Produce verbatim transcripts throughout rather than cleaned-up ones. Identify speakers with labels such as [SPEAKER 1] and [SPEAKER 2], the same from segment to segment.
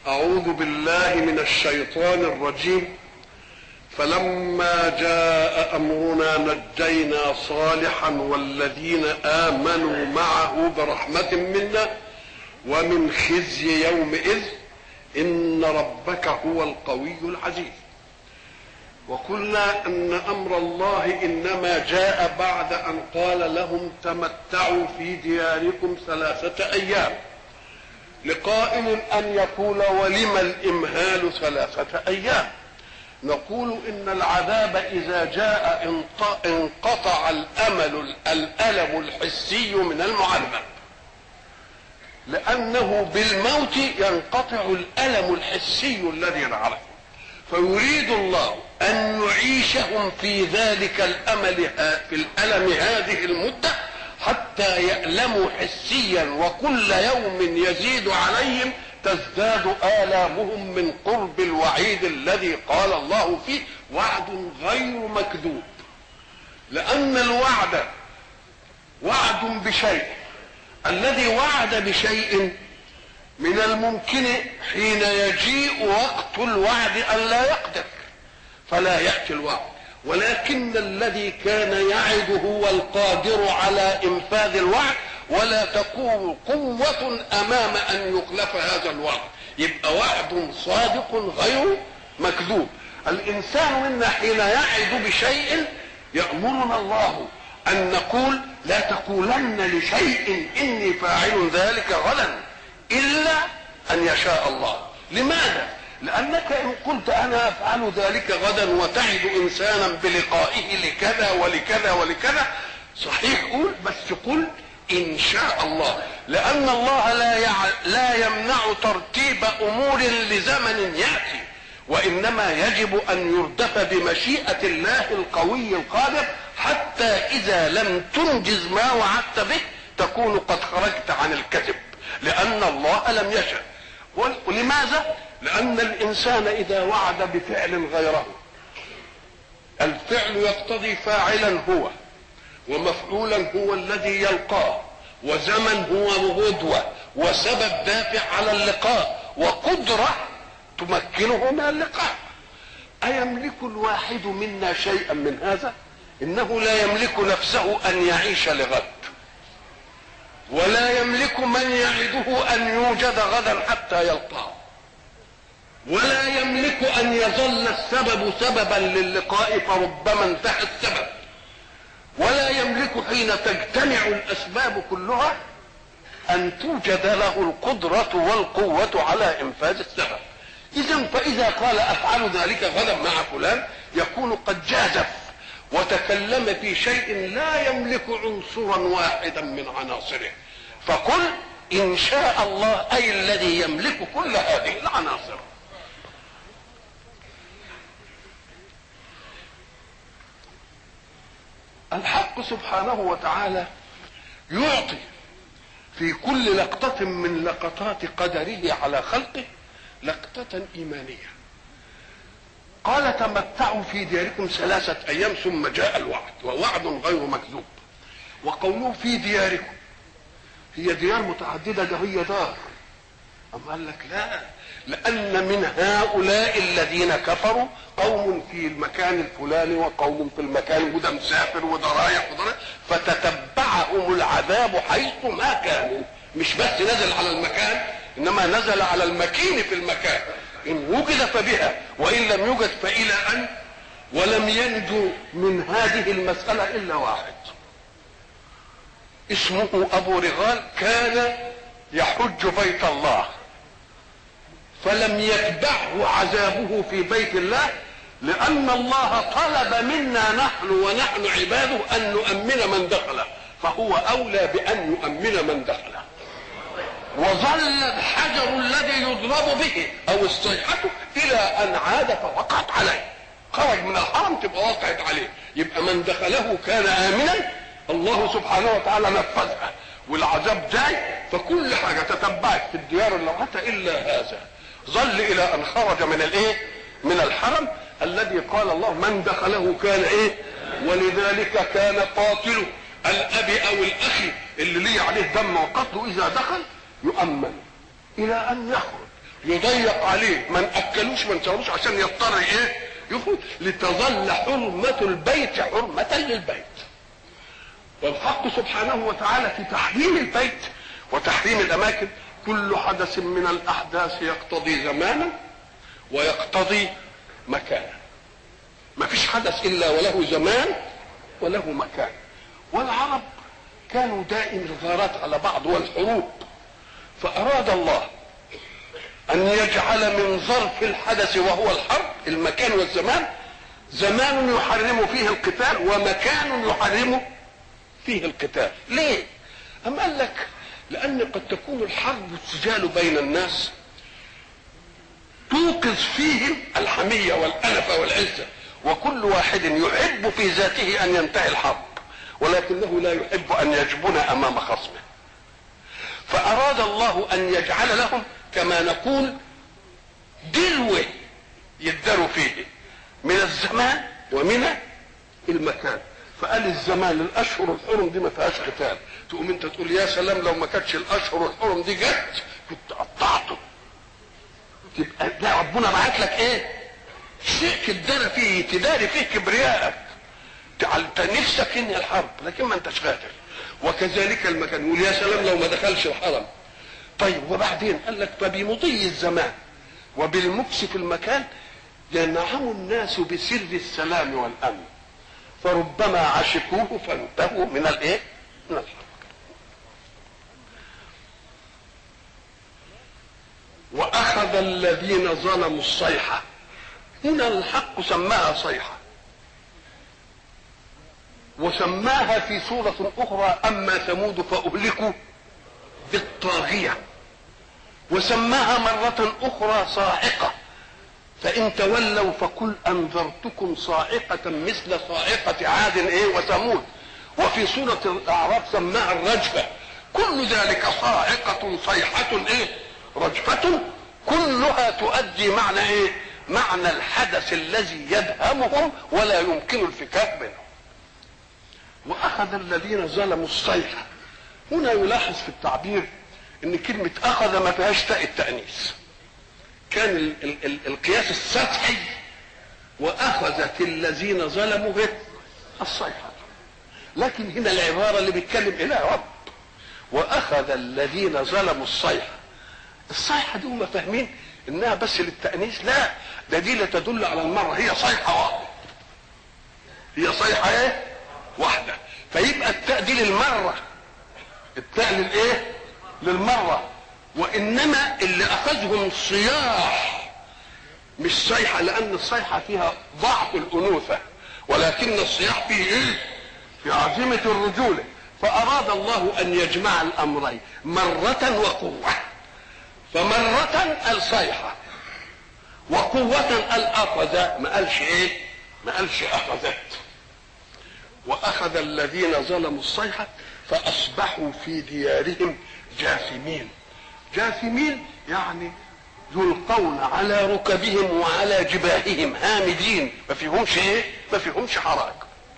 [SPEAKER 1] أعوذ بالله من الشيطان الرجيم. فلما جاء أمرنا نجينا صالحا والذين آمنوا معه برحمة منا ومن خزي يومئذ إن ربك هو القوي العزيز. وقلنا أن أمر الله إنما جاء بعد أن قال لهم تمتعوا في دياركم ثلاثة أيام، لقائل أن يقول ولم الإمهال ثلاثة أيام؟ نقول إن العذاب إذا جاء انقطع الأمل الألم الحسي من المعذب، لأنه بالموت ينقطع الألم الحسي الذي نعرفه، فيريد الله أن يعيشهم في ذلك الأمل في الألم هذه المدة حتى يألموا حسيا، وكل يوم يزيد عليهم تزداد آلامهم من قرب الوعيد الذي قال الله فيه وعد غير مكذوب. لأن الوعد وعد بشيء، الذي وعد بشيء من الممكن حين يجيء وقت الوعد أن لا يقدر فلا يأتي الوعد، ولكن الذي كان يعد هو القادر على إنفاذ الوعد، ولا تقوم قوة أمام أن يخلف هذا الوعد، يبقى وعد صادق غير مكذوب. الإنسان منا حين يعد بشيء يأمرنا الله أن نقول لا تقولن لشيء إني فاعل ذلك غدا إلا أن يشاء الله. لماذا؟ لأنك إن قلت أنا أفعل ذلك غدا وتعد إنسانا بلقائه لكذا ولكذا ولكذا، صحيح قول، بس قل إن شاء الله، لأن الله لا يع... لا يمنع ترتيب أمور لزمن يأتي، وإنما يجب أن يردف بمشيئة الله القوي القادر، حتى إذا لم تنجز ما وعدت به تكون قد خرجت عن الكذب، لأن الله لم يشأ. ولماذا؟ لأن الإنسان إذا وعد بفعل غيره، الفعل يقتضي فاعلا هو، ومفعولا هو الذي يلقاه، وزمن هو غدوة، وسبب دافع على اللقاء، وقدرة تمكنه من اللقاء. أيملك الواحد منا شيئا من هذا؟ إنه لا يملك نفسه أن يعيش لغد، ولا يملك من يعده أن يوجد غدا حتى يلقاه، ولا يملك أن يظل السبب سببا للقاء فربما انتهى السبب، ولا يملك حين تجتمع الأسباب كلها أن توجد له القدرة والقوة على إنفاذ السبب. إذن فإذا قال أفعل ذلك غدا مع فلان يكون قد جازف وتكلم في شيء لا يملك عنصرا واحدا من عناصره، فقل إن شاء الله، أي الذي يملك كل هذه العناصر. الحق سبحانه وتعالى يعطي في كل لقطة من لقطات قدره على خلقه لقطة إيمانية. قال تمتعوا في دياركم ثلاثة أيام ثم جاء الوعد، ووعد غير مكذوب. وقوله في دياركم، هي ديار متعددة، ده هي دار. أم قال لك لا، لأن من هؤلاء الذين كفروا قوم في المكان الفلاني وقوم في المكان، وده مسافر وده رايح وده رايح، فتتبعهم العذاب حيث ما كانوا. مش بس نزل على المكان، إنما نزل على المكين في المكان، إن وجد فبها وإن لم يوجد فإلى أن. ولم ينجو من هذه المسألة إلا واحد اسمه أبو رغال، كان يحج بيت الله، فلم يتبعه عذابه في بيت الله، لأن الله طلب منا نحن ونحن عباده أن نؤمن من دخله، فهو أولى بأن يؤمن من دخله. وظل الحجر الذي يضرب به أو الصيحة إلى أن عاد فوقعت عليه، خرج من الحرم تبقى وقعت عليه، يبقى من دخله كان آمنا. الله سبحانه وتعالى نفذها، والعذاب جاي، فكل حاجة تتبعت في الديار اللوحة إلا هذا. ظل إلى أن خرج من الإيه؟ من الحرم الذي قال الله من دخله كان إيه؟ ولذلك كان قاتل الأب أو الأخ اللي ليه عليه دم وقتله إذا دخل يؤمن إلى أن يخرج، يضيق عليه، ما ناكلوش ما نسوروش عشان يضطر ايه يخرج، لتظل حرمه البيت حرمه للبيت. والحق سبحانه وتعالى في تحريم البيت وتحريم الاماكن كل حدث من الاحداث يقتضي زمانا ويقتضي مكانا. ما فيش حدث الا وله زمان وله مكان. والعرب كانوا دائم الغارات على بعض والحروب، فاراد الله ان يجعل من ظرف الحدث وهو الحرب المكان والزمان زمان يحرم فيه القتال ومكان يحرم فيه القتال. ليه؟ أم قال لك لأن قد تكون الحرب والسجال بين الناس توقظ فيهم الحمية والأنفة والعزة، وكل واحد يحب في ذاته أن ينتهي الحرب ولكنه لا يحب أن يجبن أمام خصمه، فأراد الله أن يجعل لهم كما نقول دلوة يداروا فيه من الزمان ومن المكان. فقال الزمان الاشهر الحرم دي ما فيهاش قتال، تقوم انت تقول يا سلام لو ما كانتش الاشهر الحرم دي جت كنت قطعته. تبقى ده ربنا بعت لك ايه؟ شيء تداري فيه تداري فيه كبريائك، انت نفسك ان الحرب لكن ما انتش قادر. وكذلك المكان، يقول يا سلام لو ما دخلش الحرم. طيب وبعدين قال لك فبمضي الزمان وبالمكس في المكان ينعم الناس بسر السلام والامن، فربما عشقوه فانتهوا من الايه؟ من الحرب. واخذ الذين ظلموا الصيحه، هنا الحق سماها صيحه وسماها في سوره اخرى اما ثمود فاهلكوا بالطاغيه، وسماها مره اخرى صاعقه فإن تولوا فقل أنذرتكم صاعقة مثل صاعقة عاد إيه وثمود، وفي سورة الأعراف سماها الرجفة. كل ذلك صاعقة صيحة إيه رجفة، كلها تؤدي معنى إيه؟ معنى الحدث الذي يدهمهم ولا يمكن الفكاك منه. وأخذ الذين ظلموا الصيحة، هنا يلاحظ في التعبير إن كلمة أخذ ما فيهاش تاء التأنيث، كان ال ال ال القياس السطحي واخذت الذين ظلموا الصيحه، لكن هنا العباره اللي بيتكلم الى رب واخذ الذين ظلموا الصيحه. الصيحه دي هم فاهمين انها بس للتانيث، لا ده دي لا تدل على المره، هي صيحه واحده، هي صيحه ايه واحده، فيبقى التاء دي للمره، التاء للايه للمره. وانما اللي اخذهم صياح مش صيحه، لان الصيحه فيها ضعف الانوثه ولكن الصياح فيه ايه؟ في عزيمه الرجوله. فاراد الله ان يجمع الامرين مره وقوه، فمره قال صيحه وقوه قال اخذ، ما قالش ايه؟ ما قالش اخذت. واخذ الذين ظلموا الصيحه فاصبحوا في ديارهم جاثمين. جاثمين يعني يلقون على ركبهم وعلى جباههم هامدين، ما فيهمش ايه؟ ما فيهمش حراك،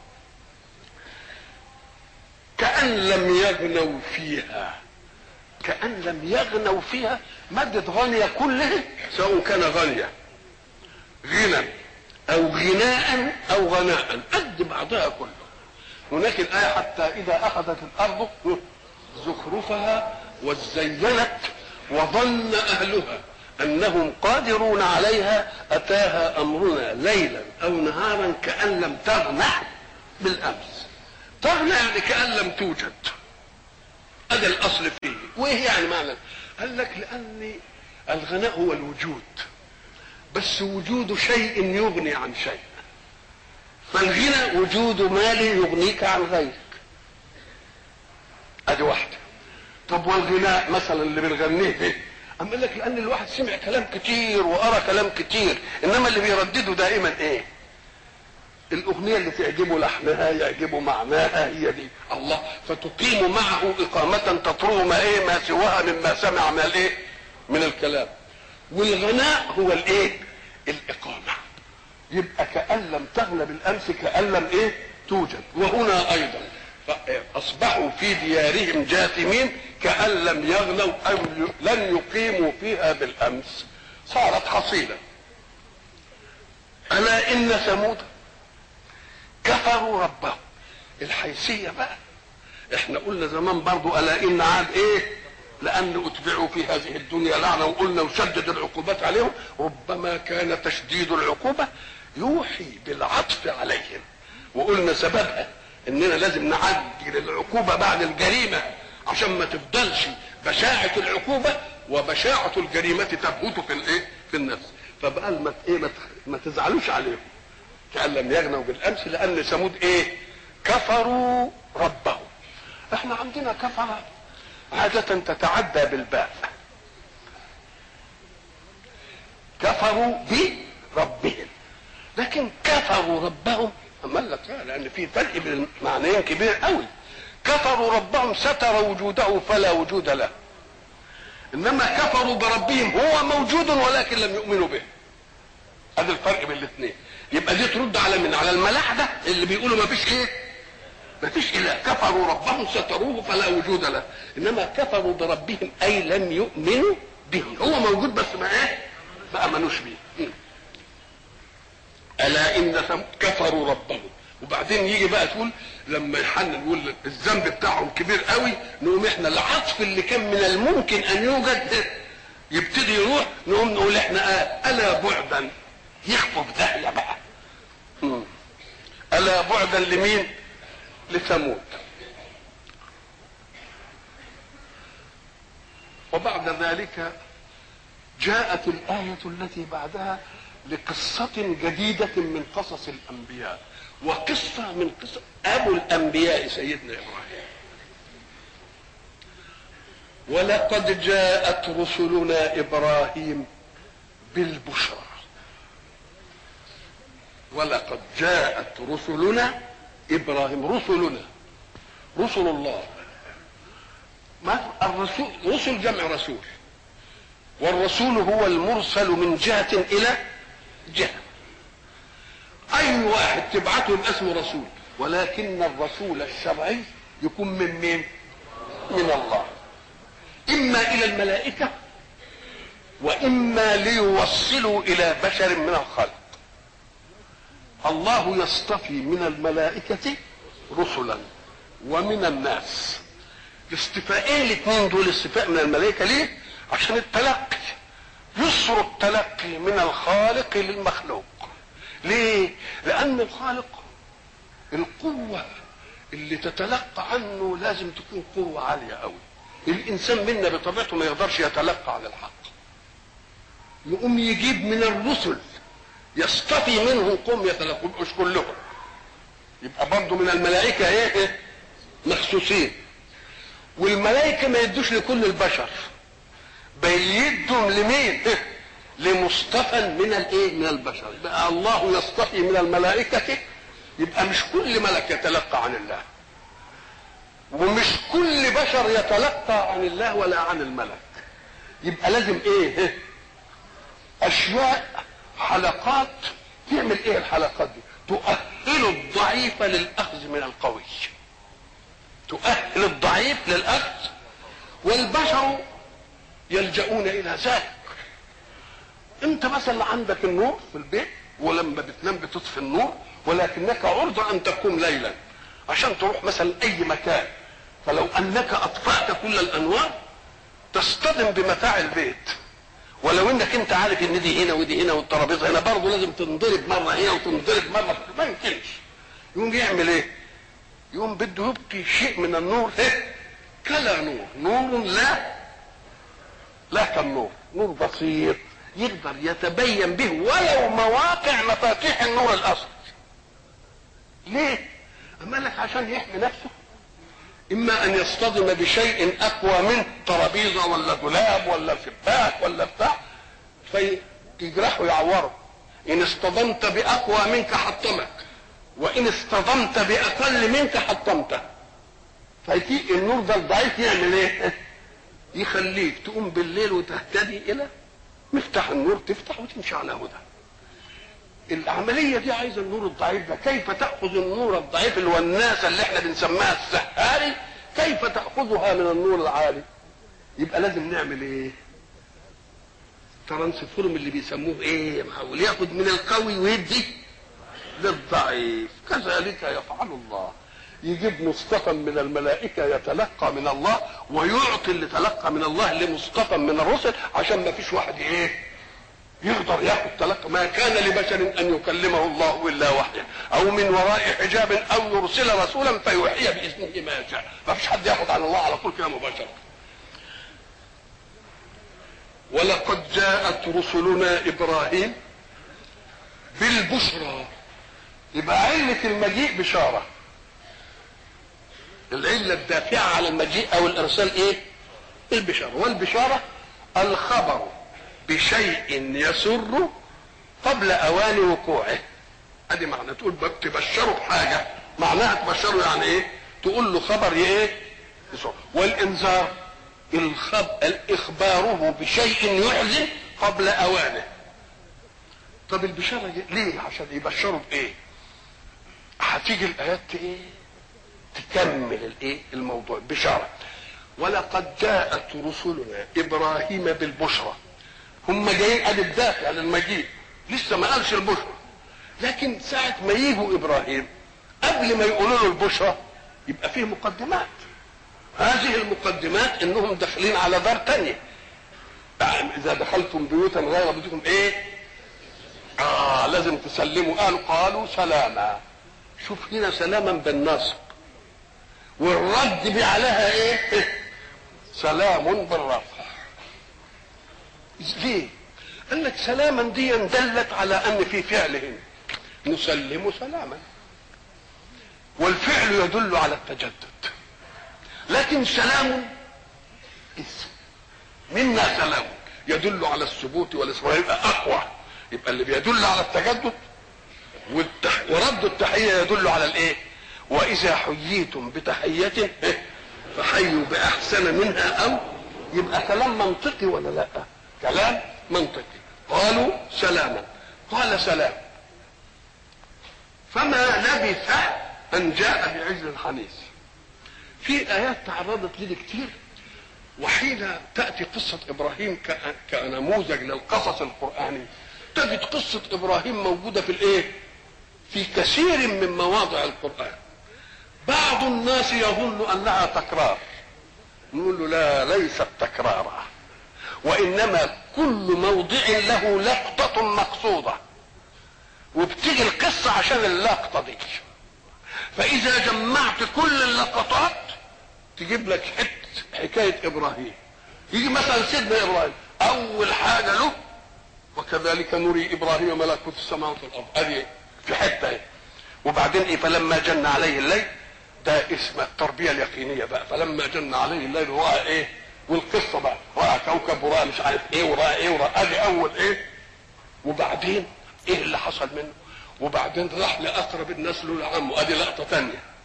[SPEAKER 1] كأن لم يغنوا فيها. كأن لم يغنوا فيها مادة غنية كلها، سواء كان غنية غنى او غناء او غناء قد بعضها كله. هناك الآية حتى إذا أخذت الأرض زخرفها وزينت وظن أهلها أنهم قادرون عليها أتاها أمرنا ليلا أو نهارا كأن لم تغنى بالأمس. تغنى يعني كأن لم توجد، هذا الأصل فيه. وإيه يعني معنى؟ قال لك لأن الغناء هو الوجود، بس وجود شيء يغني عن شيء، فالغنى وجود مال يغنيك عن غيرك، ادي واحده. طب والغناء مثلا اللي بنغنيه ايه؟ اما قال لك لان الواحد سمع كلام كتير وقرا كلام كتير، انما اللي بيردده دائما ايه؟ الاغنيه اللي تعجبه لحنها يعجبه معناها، هي دي الله. فتقيم معه اقامه تطرو ما ايه ما سواها مما سمع من الايه؟ من الكلام. والغناء هو الايه؟ الاقامه. يبقى كأن لم تغلب الأمس كأن لم إيه توجد. وهنا أيضا أصبحوا في ديارهم جاثمين كأن لم يغنوا أو لن يقيموا فيها بالأمس. صارت حصيلا. الا ان ثمود كفروا ربهم. الحيثيه بقى احنا قلنا زمان برضو الا ان عاد ايه؟ لان اتبعوا في هذه الدنيا لعنه، وقلنا وشدد العقوبات عليهم. ربما كان تشديد العقوبه يوحي بالعطف عليهم، وقلنا سببها اننا لازم نعجل العقوبه بعد الجريمه عشان ما تفضلش بشاعه العقوبه وبشاعه الجريمه تبهت في الايه؟ في النفس. فبقى ما ايه ما تزعلوش عليهم كأن لم يغنوا بالامس، لان ثمود ايه؟ كفروا ربهم. احنا عندنا كفر عادة تتعدى بالباء، كفروا بربهم، لكن كفروا ربهم اما لك لان في فرق بين معنيين كبير قوي. كفروا ربهم ستر وجوده فلا وجود له، انما كفروا بربهم هو موجود ولكن لم يؤمنوا به. هذا الفرق بين الاثنين. يبقى دي ترد على من؟ على الملاحده اللي بيقولوا ما فيش ايه؟ ما فيش اله. كفروا ربهم ستروه فلا وجود له، انما كفروا بربهم اي لم يؤمنوا به. هو موجود بس ما ايه؟ ما امنوش به. الا ان ثمود كفروا ربهم. وبعدين يجي بقى تقول لما يحنن يقول الذنب بتاعهم كبير قوي، نقوم احنا العطف اللي كان من الممكن ان يوجد يبتدي يروح، نقوم نقول احنا آه الا بعدا، يخفوا في داهيه بقى. مم. الا بعدا لمين؟ لثمود. وبعد ذلك جاءت الآية التي بعدها لقصة جديدة من قصص الأنبياء، وقصة من قصة أبو الأنبياء سيدنا إبراهيم. ولقد جاءت رسلنا إبراهيم بالبشرى. ولقد جاءت رسلنا إبراهيم. رسلنا رسل الله. ما الرسول؟ رسل جمع رسول، والرسول هو المرسل من جهة إلى جهة. أي واحد تبعته يبقى اسمه رسول، ولكن الرسول الشرعي يكون من مين؟ من الله، إما إلى الملائكة وإما ليوصلوا إلى بشر من الخلق. الله يصطفي من الملائكة رسلا ومن الناس. الاصطفاءين الاثنين دول، اصطفاء من الملائكة ليه؟ عشان التلقي، يسر التلقي من الخالق للمخلوق. ليه؟ لأن الخالق القوة اللي تتلقى عنه لازم تكون قوة عالية قوي. الإنسان منا بطبيعته ما يقدرش يتلقى عن الحق، يقوم يجيب من الرسل يصطفي منهم قوم يتلقوا، مش كلهم. يبقى برضه من الملائكة ايه؟ مخصوصين. والملائكة ما يدوش لكل البشر، بل يدوا لمين؟ لمصطفى من الايه؟ من البشر. يبقى الله يصطفي من الملائكة، يبقى مش كل ملك يتلقى عن الله، ومش كل بشر يتلقى عن الله ولا عن الملك. يبقى لازم ايه؟ اشياء، حلقات. تعمل ايه الحلقات دي؟ تؤهل الضعيف للاخذ من القوي، تؤهل الضعيف للاخذ، والبشر يلجؤون الى ذلك. انت مثلا عندك النور في البيت، ولما بتنام بتطفي النور، ولكنك عرضة ان تقوم ليلا عشان تروح مثلا اي مكان، فلو انك اطفأت كل الانوار تصطدم بمتاع البيت، ولو انك انت عارف ان دي هنا ودي هنا والترابيزه هنا، برضه لازم تنضرب مره هنا وتنضرب مره، ما يمكنش. يقوم يعمل ايه؟ يقوم بده يبقي شيء من النور ايه؟ كلا نور، نور لا لا كالنور، نور بسيط يقدر يتبين به ولو مواقع مفاتيح النور الاصلي. ليه؟ اما لك عشان يحمي نفسه، اما ان يصطدم بشيء اقوى منه، ترابيزه ولا دولاب ولا شباك ولا بتاع، فيجرحه يعوره. ان اصطدمت باقوى منك حطمك، وان اصطدمت باقل منك حطمته. فيجي النور ده الضعيف يعمل ايه؟ يخليك تقوم بالليل وتهتدي الى مفتاح النور، تفتح وتمشي على هدى. العمليه دي عايزه النور الضعيف ده. كيف تاخذ النور الضعيف اللي هو الناس اللي احنا بنسميها السحاري، كيف تاخذها من النور العالي؟ يبقى لازم نعمل ايه؟ ترانسفورم اللي بيسموه ايه محول، ياخد من القوي ويدي للضعيف. كذلك يفعل الله، يجيب مصطفى من الملائكة يتلقى من الله ويعطي اللي تلقى من الله لمصطفى من الرسل، عشان ما فيش واحد ايه يقدر ياخد تلقى. ما كان لبشر ان يكلمه الله الا وحيا او من وراء حجاب او يرسل رسولا فيوحي باذنه ما يشاء. ما فيش حد ياخد عن الله على طول كده مباشرة. ولقد جاءت رسلنا ابراهيم بالبشرى، يبقى علة المجيء بشارة، العلة الدافعة على المجيء او الارسال ايه البشارة. والبشارة الخبر بشيء يسر قبل اوان وقوعه. ادي معنى تقول تبشره بحاجة، معناها تبشره يعني ايه تقول له خبر ايه يسر. والانذار الخب... اخباره بشيء يحزن قبل اوانه. طب البشارة ليه؟ عشان يبشروا بايه؟ هتيجي الايات ايه تكمل الايه الموضوع. بشارة ولقد جاءت رسلنا ابراهيم بالبشرى. هم جايين ادي الدافع للمجيء، لسه ما قالش البشرى، لكن ساعة ما يجوا ابراهيم قبل ما يقولوا له البشرى يبقى فيه مقدمات. هذه المقدمات انهم داخلين على دار تانية. اذا دخلتم بيوتا غير بيوتكم ايه اه لازم تسلموا. قالوا قالوا سلاما. شوف هنا سلاما بالنصب، والرد بي عليها ايه سلام بالرفع. ليه؟ قال لك سلاما دي دلت على ان في فعل هنا نسلم سلاما، والفعل يدل على التجدد. لكن سلام اسم، منا سلام يدل على الثبوت والاصرار، يبقى اقوى. يبقى اللي بيدل على التجدد والتح... ورد التحيه يدل على الايه. واذا حييتم بتحيه فحيوا باحسن منها او. يبقى كلام منطقي ولا لا؟ كلام منطقي. قالوا سلاما، قال سلام، فما لبث ان جاء بعجل حنيذ. في ايات تعرضت لي كتير، وحين تاتي قصه ابراهيم كنموذج للقصص القراني تجد قصه ابراهيم موجوده في الايه في كثير من مواضع القران. بعض الناس يظن انها تكرار، نقول له لا، ليست تكرارا، وانما كل موضع له لقطه مقصوده، وبتيجي القصه عشان اللقطه دي. فاذا جمعت كل اللقطات تجيب لك حته حكايه ابراهيم. يجي مثلا سيدنا ابراهيم اول حاجه له وكذلك نري ابراهيم ملكوت السماوات والارض، ادي في حته ايه. وبعدين ايه فلما جن عليه الليل، ده اسم التربيه اليقينيه بقى. فلما جن عليه الليل راى ايه، والقصه بقى راى كوكب وراى مش عارف ايه وراى ايه وراى، ادي اول ايه. وبعدين ايه اللي حصل منه؟ وبعدين راح لاقرب الناس له لعمه، ادي لقطه ثانيه.